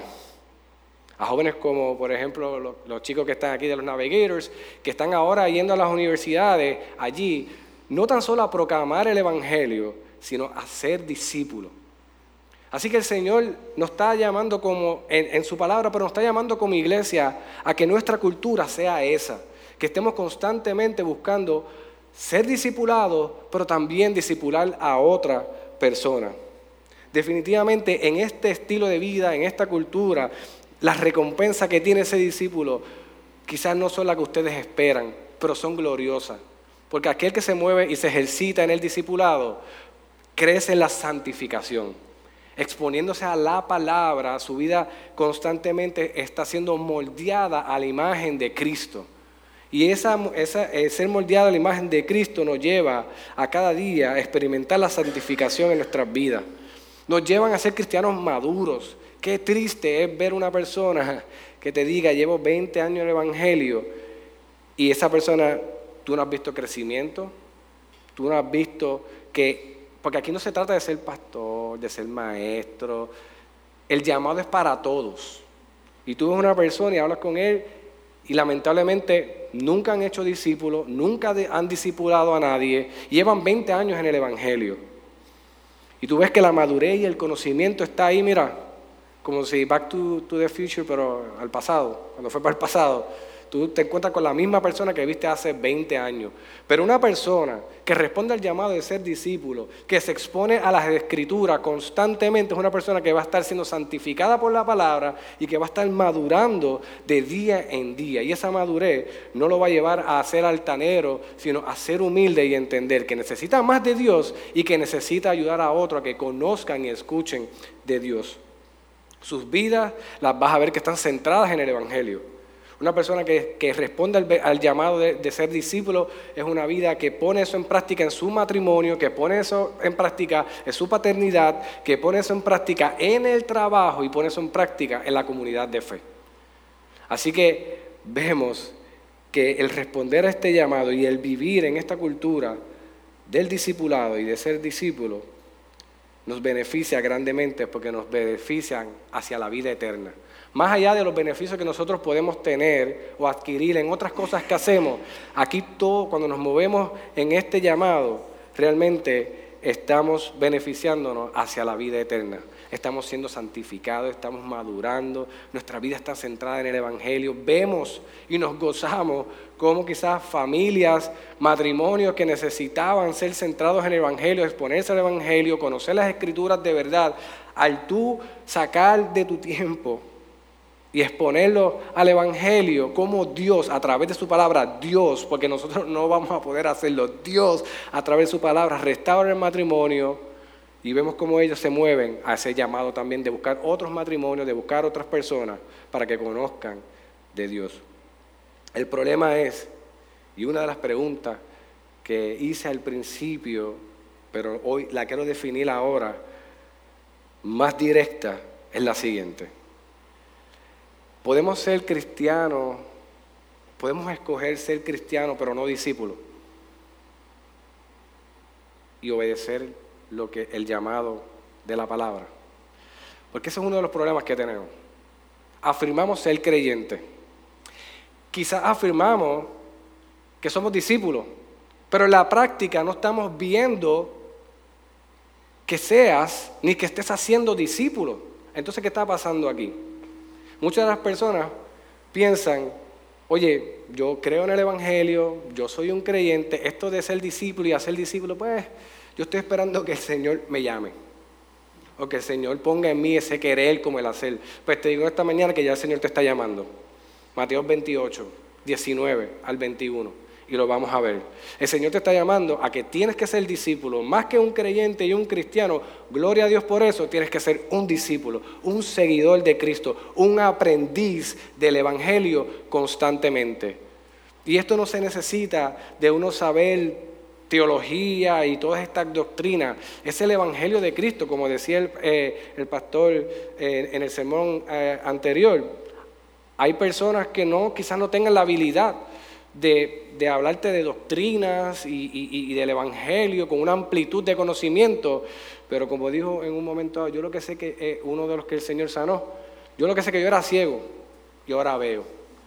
a jóvenes como, por ejemplo, los chicos que están aquí de los Navigators, que están ahora yendo a las universidades allí, no tan solo a proclamar el Evangelio, sino a ser discípulos. Así que el Señor nos está llamando como en su palabra, pero nos está llamando como iglesia a que nuestra cultura sea esa, que estemos constantemente buscando ser discipulados, pero también discipular a otra persona. Definitivamente en este estilo de vida, en esta cultura, las recompensas que tiene ese discípulo quizás no son las que ustedes esperan, pero son gloriosas. Porque aquel que se mueve y se ejercita en el discipulado crece en la santificación, exponiéndose a la palabra. Su vida constantemente está siendo moldeada a la imagen de Cristo. Y ser moldeado a la imagen de Cristo nos lleva a cada día a experimentar la santificación en nuestras vidas. Nos llevan a ser cristianos maduros. Qué triste es ver una persona que te diga, llevo 20 años en el Evangelio, y esa persona, tú no has visto crecimiento, tú no has visto que, porque aquí no se trata de ser pastor, de ser maestro, el llamado es para todos. Y tú ves una persona y hablas con él y lamentablemente nunca han hecho discípulos, nunca han discipulado a nadie, y llevan 20 años en el Evangelio. Y tú ves que la madurez y el conocimiento está ahí, mira, como si Back to the Future, pero al pasado, cuando fue para el pasado. Tú te encuentras con la misma persona que viste hace 20 años. Pero una persona que responde al llamado de ser discípulo, que se expone a las Escrituras constantemente, es una persona que va a estar siendo santificada por la palabra y que va a estar madurando de día en día. Y esa madurez no lo va a llevar a ser altanero, sino a ser humilde y entender que necesita más de Dios y que necesita ayudar a otros a que conozcan y escuchen de Dios. Sus vidas las vas a ver que están centradas en el Evangelio. Una persona que responde al llamado de ser discípulo es una vida que pone eso en práctica en su matrimonio, que pone eso en práctica en su paternidad, que pone eso en práctica en el trabajo y pone eso en práctica en la comunidad de fe. Así que vemos que el responder a este llamado y el vivir en esta cultura del discipulado y de ser discípulo nos beneficia grandemente porque nos benefician hacia la vida eterna. Más allá de los beneficios que nosotros podemos tener o adquirir en otras cosas que hacemos, aquí todo, cuando nos movemos en este llamado, realmente estamos beneficiándonos hacia la vida eterna. Estamos siendo santificados, estamos madurando, nuestra vida está centrada en el Evangelio. Vemos y nos gozamos como quizás familias, matrimonios que necesitaban ser centrados en el Evangelio, exponerse al Evangelio, conocer las Escrituras de verdad, al tú sacar de tu tiempo y exponerlo al Evangelio, como Dios, a través de su palabra, Dios, porque nosotros no vamos a poder hacerlo, Dios, a través de su palabra, restaura el matrimonio, y vemos cómo ellos se mueven a ese llamado también de buscar otros matrimonios, de buscar otras personas para que conozcan de Dios. El problema es, y una de las preguntas que hice al principio, pero hoy la quiero definir ahora, más directa, es la siguiente. Podemos ser cristianos, podemos escoger ser cristianos, pero no discípulos, y obedecer lo que el llamado de la palabra. Porque ese es uno de los problemas que tenemos. Afirmamos ser creyentes. Quizás afirmamos que somos discípulos, pero en la práctica no estamos viendo que seas ni que estés haciendo discípulos. Entonces, ¿qué está pasando aquí? Muchas de las personas piensan, oye, yo creo en el Evangelio, yo soy un creyente, esto de ser discípulo y hacer discípulo, pues yo estoy esperando que el Señor me llame, o que el Señor ponga en mí ese querer como el hacer. Pues te digo esta mañana que ya el Señor te está llamando. Mateo 28, 19 al 21. Y lo vamos a ver. El Señor te está llamando a que tienes que ser discípulo. Más que un creyente y un cristiano, gloria a Dios por eso, tienes que ser un discípulo, un seguidor de Cristo, un aprendiz del Evangelio constantemente. Y esto no se necesita de uno saber teología y todas estas doctrinas. Es el Evangelio de Cristo, como decía el pastor en el sermón anterior. Hay personas que quizás no tengan la habilidad de hablarte de doctrinas y del Evangelio con una amplitud de conocimiento, pero como dijo en un momento, yo lo que sé que uno de los que el Señor sanó, yo lo que sé que yo era ciego y ahora veo.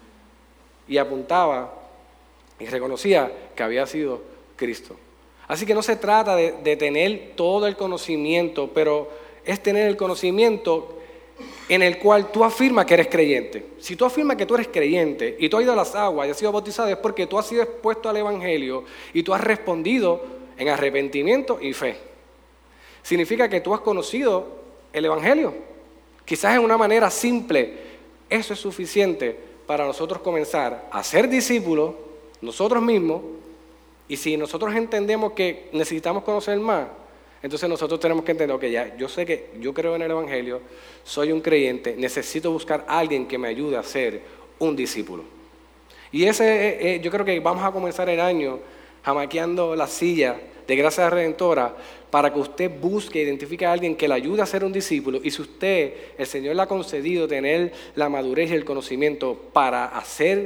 Y apuntaba y reconocía que había sido Cristo. Así que no se trata de tener todo el conocimiento, pero es tener el conocimiento en el cual tú afirmas que eres creyente. Si tú afirmas que tú eres creyente y tú has ido a las aguas y has sido bautizado, es porque tú has sido expuesto al Evangelio y tú has respondido en arrepentimiento y fe. Significa que tú has conocido el Evangelio. Quizás en una manera simple, eso es suficiente para nosotros comenzar a ser discípulos nosotros mismos. Y si nosotros entendemos que necesitamos conocer más, entonces nosotros tenemos que entender, ok, ya, yo sé que yo creo en el Evangelio, soy un creyente, necesito buscar a alguien que me ayude a ser un discípulo. Y yo creo que vamos a comenzar el año jamaqueando la silla de Gracia Redentora para que usted busque, identifique a alguien que le ayude a ser un discípulo. Y si el Señor le ha concedido tener la madurez y el conocimiento para hacer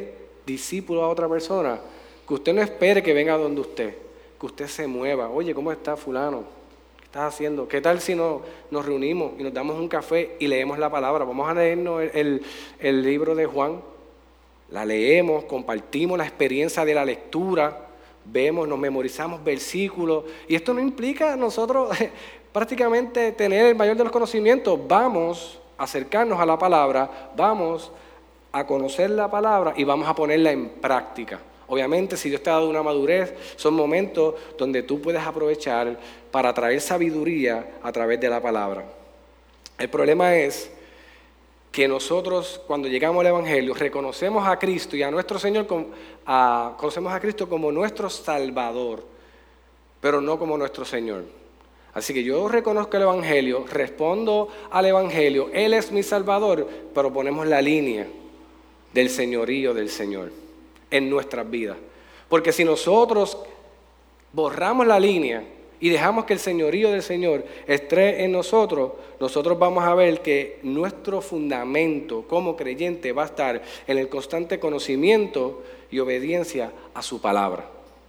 discípulo a otra persona, que usted no espere que venga donde usted, que usted se mueva. Oye, ¿cómo está fulano? ¿Qué estás haciendo? ¿Qué tal si nos reunimos y nos damos un café y leemos la palabra? Vamos a leernos el libro de Juan, la leemos, compartimos la experiencia de la lectura, vemos, nos memorizamos versículos, y esto no implica nosotros prácticamente tener el mayor de los conocimientos. Vamos a acercarnos a la palabra, vamos a conocer la palabra y vamos a ponerla en práctica. Obviamente, si Dios te ha dado una madurez, son momentos donde tú puedes aprovechar para traer sabiduría a través de la palabra. El problema es que nosotros, cuando llegamos al Evangelio, reconocemos a Cristo y a nuestro Señor, conocemos a Cristo como nuestro Salvador, pero no como nuestro Señor. Así que yo reconozco el Evangelio, respondo al Evangelio, Él es mi Salvador, pero ponemos la línea del señorío del Señor en nuestras vidas. Porque si nosotros borramos la línea y dejamos que el señorío del Señor esté en nosotros, nosotros vamos a ver que nuestro fundamento como creyente va a estar en el constante conocimiento y obediencia a su palabra.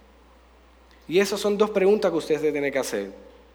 Y esas son dos preguntas que ustedes tienen que hacer.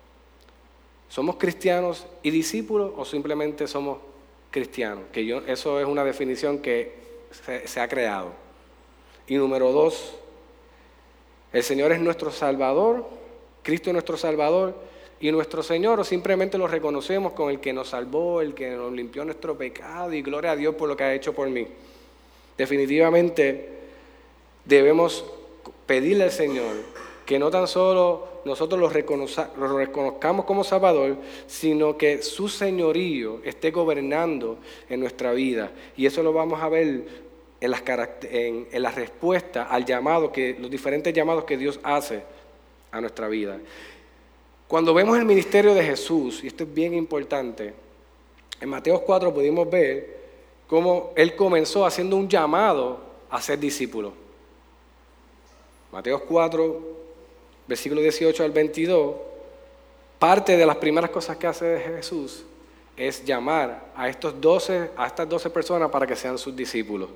¿Somos cristianos y discípulos o simplemente somos cristianos? Eso es una definición que se ha creado. Y número 2, ¿el Señor es nuestro Salvador? ¿Cristo es nuestro Salvador y nuestro Señor? ¿O simplemente lo reconocemos como el que nos salvó, el que nos limpió nuestro pecado y gloria a Dios por lo que ha hecho por mí? Definitivamente debemos pedirle al Señor que no tan solo nosotros lo reconozcamos como Salvador, sino que su señorío esté gobernando en nuestra vida. Y eso lo vamos a ver en la respuesta al llamado, los diferentes llamados que Dios hace a nuestra vida. Cuando vemos el ministerio de Jesús, y esto es bien importante, en Mateo 4 pudimos ver cómo Él comenzó haciendo un llamado a ser discípulo. Mateo 4, versículo 18 al 22, parte de las primeras cosas que hace Jesús es llamar a estas 12 personas para que sean sus discípulos.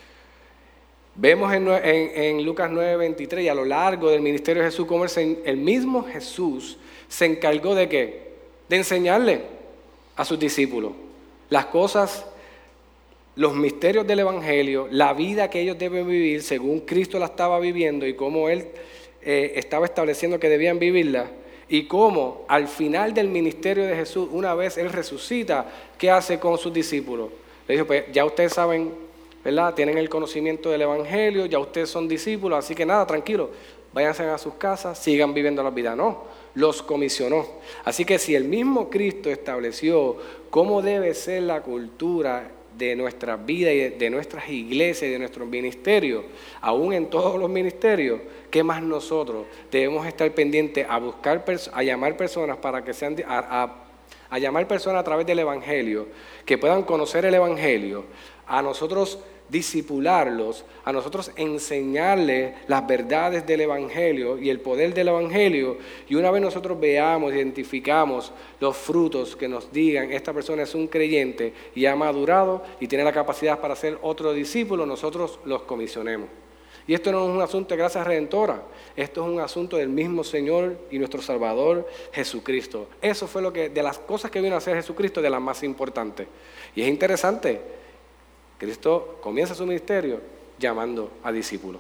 Vemos en Lucas 9:23 y a lo largo del ministerio de Jesús cómo el mismo Jesús se encargó de ¿qué? De enseñarle a sus discípulos las cosas, los misterios del Evangelio, la vida que ellos deben vivir según Cristo la estaba viviendo y cómo Él estaba estableciendo que debían vivirla, y cómo al final del ministerio de Jesús, una vez Él resucita, ¿qué hace con sus discípulos? Le dijo, pues ya ustedes saben, ¿verdad? Tienen el conocimiento del Evangelio, ya ustedes son discípulos, así que nada, tranquilos, váyanse a sus casas, sigan viviendo la vida. No, los comisionó. Así que si el mismo Cristo estableció cómo debe ser la cultura de nuestra vida y de nuestras iglesias y de nuestros ministerios, aún en todos los ministerios, ¿qué más nosotros debemos estar pendientes a llamar personas para que sean, a llamar personas a través del Evangelio, que puedan conocer el Evangelio, a nosotros discipularlos, a nosotros enseñarles las verdades del Evangelio y el poder del Evangelio, y una vez nosotros veamos, identificamos los frutos que nos digan, esta persona es un creyente y ha madurado y tiene la capacidad para ser otro discípulo, nosotros los comisionemos. Y esto no es un asunto de gracia redentora, esto es un asunto del mismo Señor y nuestro Salvador Jesucristo. Eso fue de las cosas que vino a hacer Jesucristo, de las más importantes. Y es interesante, Cristo comienza su ministerio llamando a discípulos.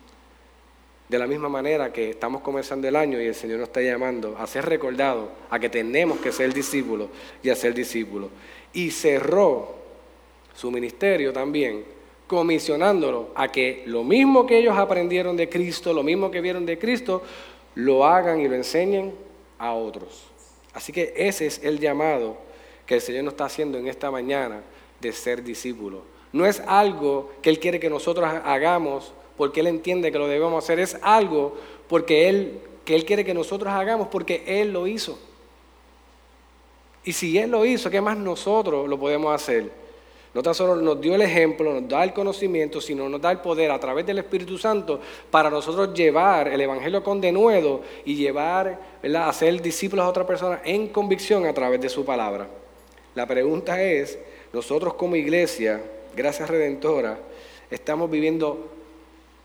De la misma manera que estamos comenzando el año y el Señor nos está llamando a ser recordados, a que tenemos que ser discípulos y a ser discípulos. Y cerró su ministerio también comisionándolo a que lo mismo que ellos aprendieron de Cristo, lo mismo que vieron de Cristo, lo hagan y lo enseñen a otros. Así que ese es el llamado que el Señor nos está haciendo en esta mañana de ser discípulos. No es algo que Él quiere que nosotros hagamos porque Él entiende que lo debemos hacer, es algo que Él quiere que nosotros hagamos porque Él lo hizo. Y si Él lo hizo, ¿qué más nosotros lo podemos hacer? No tan solo nos dio el ejemplo, nos da el conocimiento, sino nos da el poder a través del Espíritu Santo para nosotros llevar el Evangelio con denuedo y llevar, ¿verdad?, a ser discípulos a otra persona en convicción a través de su palabra. La pregunta es, nosotros como iglesia, Gracia Redentora, estamos viviendo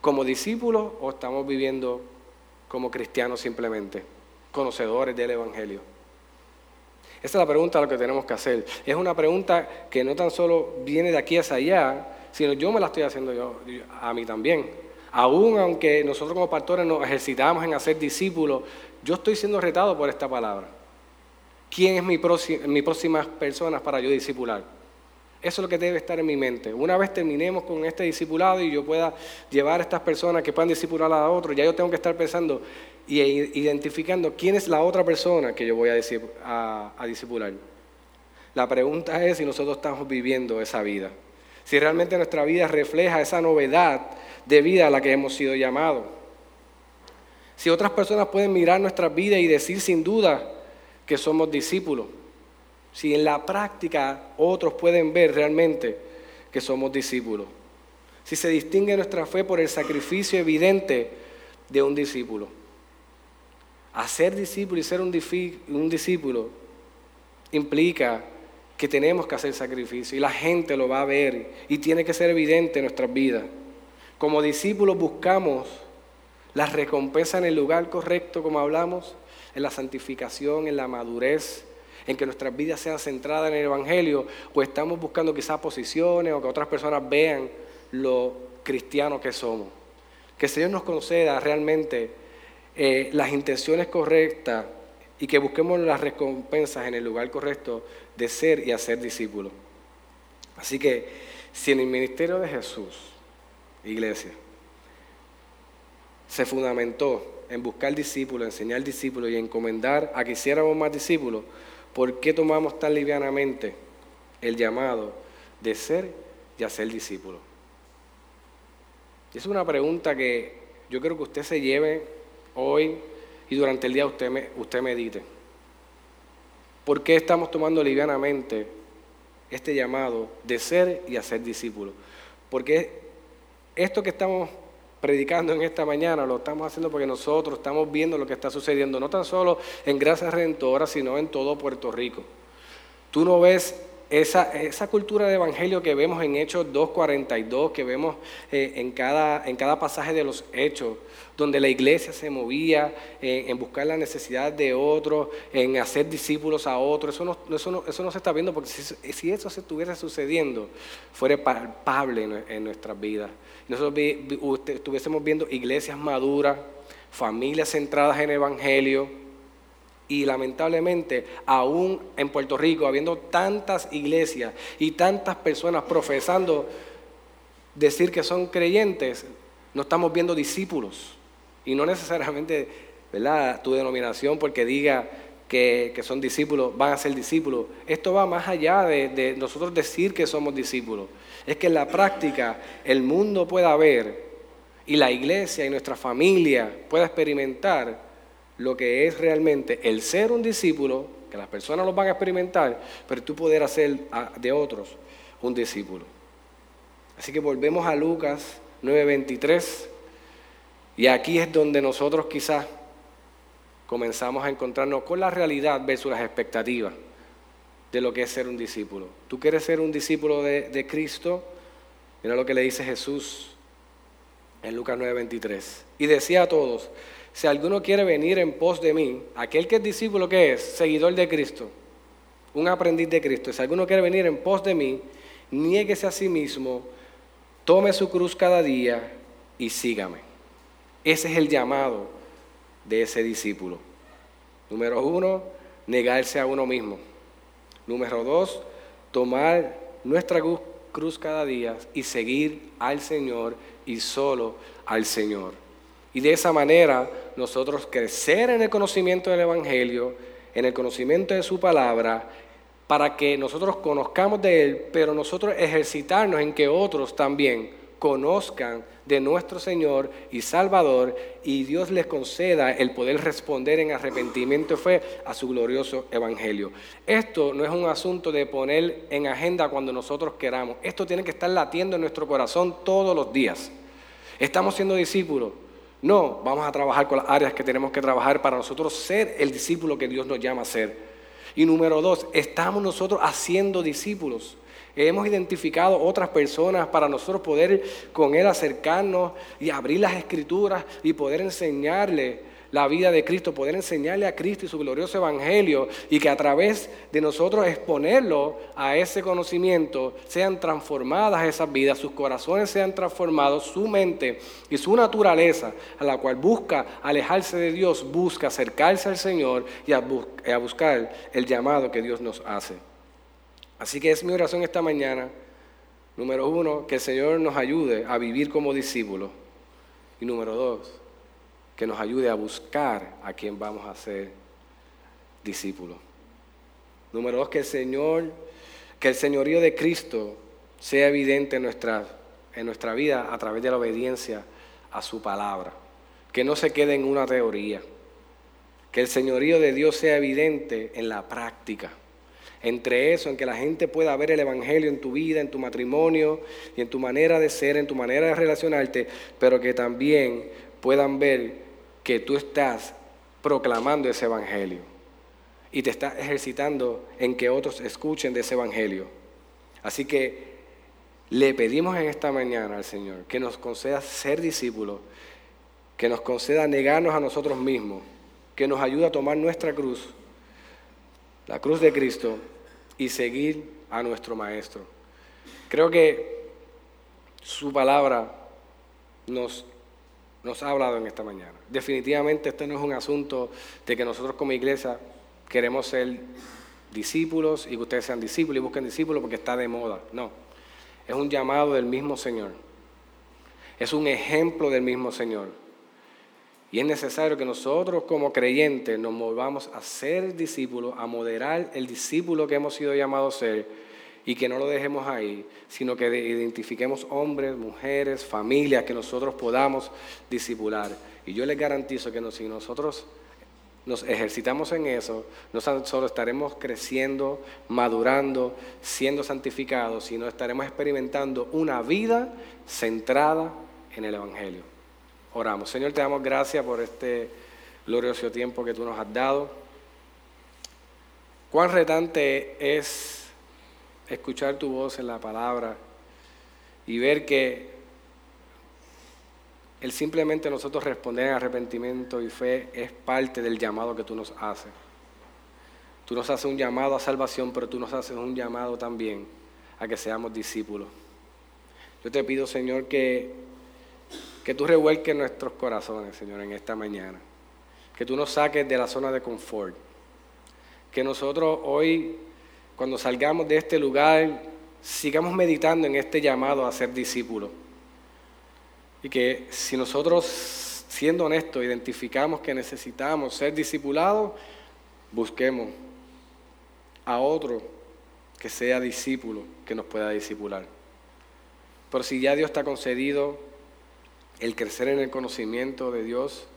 como discípulos o estamos viviendo como cristianos simplemente, conocedores del Evangelio? Esa es la pregunta a la que tenemos que hacer. Es una pregunta que no tan solo viene de aquí hacia allá, sino yo me la estoy haciendo yo a mí también. Aún aunque nosotros como pastores nos ejercitamos en hacer discípulos, yo estoy siendo retado por esta palabra. ¿Quién es mi próxima persona para yo discipular? Eso es lo que debe estar en mi mente. Una vez terminemos con este discipulado y yo pueda llevar a estas personas que puedan discipular a otros, ya yo tengo que estar pensando y identificando quién es la otra persona que yo voy a discipular. La pregunta es si nosotros estamos viviendo esa vida. Si realmente nuestra vida refleja esa novedad de vida a la que hemos sido llamados. Si otras personas pueden mirar nuestras vidas y decir sin duda que somos discípulos. Si en la práctica otros pueden ver realmente que somos discípulos. Si se distingue nuestra fe por el sacrificio evidente de un discípulo. Hacer discípulo y ser un discípulo implica que tenemos que hacer sacrificio y la gente lo va a ver y tiene que ser evidente en nuestras vidas. Como discípulos buscamos la recompensa en el lugar correcto, como hablamos, en la santificación, en la madurez, en que nuestras vidas sean centradas en el Evangelio, o estamos buscando quizás posiciones o que otras personas vean lo cristianos que somos. Que el Señor nos conceda realmente las intenciones correctas y que busquemos las recompensas en el lugar correcto de ser y hacer discípulos. Así que si en el ministerio de Jesús, iglesia, se fundamentó en buscar discípulos, enseñar discípulos y encomendar a que hiciéramos más discípulos, ¿por qué tomamos tan livianamente el llamado de ser y hacer discípulos? Es una pregunta que yo creo que usted se lleve hoy y durante el día usted medite. ¿Por qué estamos tomando livianamente este llamado de ser y hacer discípulos? Porque esto que estamos predicando en esta mañana lo estamos haciendo porque nosotros estamos viendo lo que está sucediendo, no tan solo en Gracia Redentora, sino en todo Puerto Rico. Tú no ves esa cultura de evangelio que vemos en Hechos 2:42, que vemos en cada pasaje de los Hechos, donde la iglesia se movía en buscar la necesidad de otros, en hacer discípulos a otros. Eso no se está viendo, porque si eso se estuviera sucediendo, fuera palpable en nuestras vidas. Nosotros estuviésemos viendo iglesias maduras, familias centradas en el evangelio. Y lamentablemente, aún en Puerto Rico, habiendo tantas iglesias y tantas personas profesando decir que son creyentes, no estamos viendo discípulos. Y no necesariamente, ¿verdad?, tu denominación, porque diga que son discípulos, van a ser discípulos. Esto va más allá de nosotros decir que somos discípulos. Es que en la práctica el mundo pueda ver y la iglesia y nuestra familia pueda experimentar lo que es realmente el ser un discípulo, que las personas lo van a experimentar, pero tú poder hacer de otros un discípulo. Así que volvemos a Lucas 9:23, y aquí es donde nosotros quizás comenzamos a encontrarnos con la realidad versus las expectativas de lo que es ser un discípulo. ¿Tú quieres ser un discípulo de Cristo? Mira lo que le dice Jesús en Lucas 9:23. Y decía a todos: si alguno quiere venir en pos de mí, aquel que es discípulo, ¿qué es? Seguidor de Cristo, un aprendiz de Cristo. Si alguno quiere venir en pos de mí, niéguese a sí mismo, tome su cruz cada día y sígame. Ese es el llamado de ese discípulo. Número 1, negarse a uno mismo. Número 2, tomar nuestra cruz cada día y seguir al Señor y solo al Señor. Y de esa manera nosotros crecer en el conocimiento del Evangelio, en el conocimiento de su palabra, para que nosotros conozcamos de Él, pero nosotros ejercitarnos en que otros también conozcan de nuestro Señor y Salvador, y Dios les conceda el poder responder en arrepentimiento y fe a su glorioso Evangelio. Esto no es un asunto de poner en agenda cuando nosotros queramos. Esto tiene que estar latiendo en nuestro corazón todos los días. ¿Estamos siendo discípulos? No, vamos a trabajar con las áreas que tenemos que trabajar para nosotros ser el discípulo que Dios nos llama a ser. Y número 2, estamos nosotros haciendo discípulos. hemos identificado otras personas para nosotros poder con Él acercarnos y abrir las Escrituras y poder enseñarle la vida de Cristo, poder enseñarle a Cristo y su glorioso evangelio, y que a través de nosotros exponerlo a ese conocimiento sean transformadas esas vidas, sus corazones sean transformados, su mente y su naturaleza, a la cual busca alejarse de Dios, busca acercarse al Señor y a buscar el llamado que Dios nos hace. Así que es mi oración esta mañana, número 1, que el Señor nos ayude a vivir como discípulos, y número 2, que nos ayude a buscar a quien vamos a ser discípulos. Número 2, que el señorío de Cristo sea evidente en nuestra vida a través de la obediencia a su palabra. Que no se quede en una teoría. Que el señorío de Dios sea evidente en la práctica. Entre eso, en que la gente pueda ver el evangelio en tu vida, en tu matrimonio y en tu manera de ser, en tu manera de relacionarte, pero que también puedan ver que tú estás proclamando ese evangelio y te estás ejercitando en que otros escuchen de ese evangelio. Así que le pedimos en esta mañana al Señor que nos conceda ser discípulos, que nos conceda negarnos a nosotros mismos, que nos ayude a tomar nuestra cruz, la cruz de Cristo, y seguir a nuestro Maestro. Creo que su palabra nos ha hablado en esta mañana. Definitivamente este no es un asunto de que nosotros como iglesia queremos ser discípulos y que ustedes sean discípulos y busquen discípulos porque está de moda. No, es un llamado del mismo Señor. Es un ejemplo del mismo Señor. Y es necesario que nosotros como creyentes nos movamos a ser discípulos, a moderar el discípulo que hemos sido llamados a ser, y que no lo dejemos ahí, sino que identifiquemos hombres, mujeres, familias que nosotros podamos discipular. Y yo les garantizo que si nosotros nos ejercitamos en eso, no solo estaremos creciendo, madurando, siendo santificados, sino estaremos experimentando una vida centrada en el evangelio. Oramos. Señor, te damos gracias por este glorioso tiempo que tú nos has dado. Cuán retante es escuchar tu voz en la palabra y ver que el simplemente nosotros responder en arrepentimiento y fe es parte del llamado que tú nos haces. Tú nos haces un llamado a salvación, pero tú nos haces un llamado también a que seamos discípulos. Yo te pido, Señor, que tú revuelques nuestros corazones, Señor, en esta mañana. Que tú nos saques de la zona de confort. Que nosotros hoy, cuando salgamos de este lugar, sigamos meditando en este llamado a ser discípulos. Y que si nosotros, siendo honestos, identificamos que necesitamos ser discipulados, busquemos a otro que sea discípulo, que nos pueda discipular. Pero si ya Dios te ha concedido el crecer en el conocimiento de Dios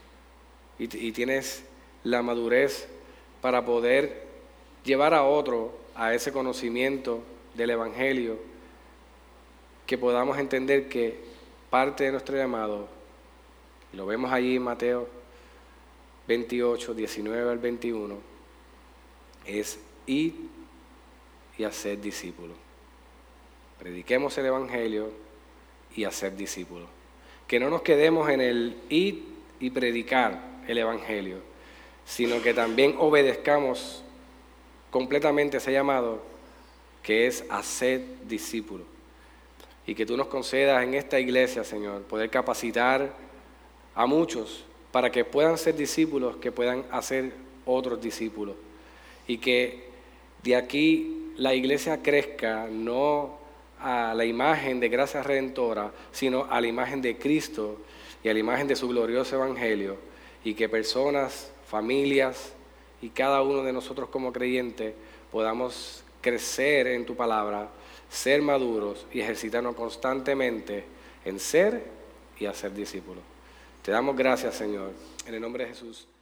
y tienes la madurez para poder llevar a otro a ese conocimiento del evangelio, que podamos entender que parte de nuestro llamado, y lo vemos allí en Mateo 28, 19 al 21, es ir y hacer discípulos. Prediquemos el evangelio y hacer discípulos. Que no nos quedemos en el ir y predicar el evangelio, sino que también obedezcamos completamente ese llamado que es hacer discípulos. Y que tú nos concedas en esta iglesia, Señor, poder capacitar a muchos para que puedan ser discípulos, que puedan hacer otros discípulos. Y que de aquí la iglesia crezca no a la imagen de Gracia Redentora, sino a la imagen de Cristo y a la imagen de su glorioso evangelio. Y que personas, familias y cada uno de nosotros como creyentes podamos crecer en tu palabra, ser maduros y ejercitarnos constantemente en ser y hacer discípulos. Te damos gracias, Señor, en el nombre de Jesús.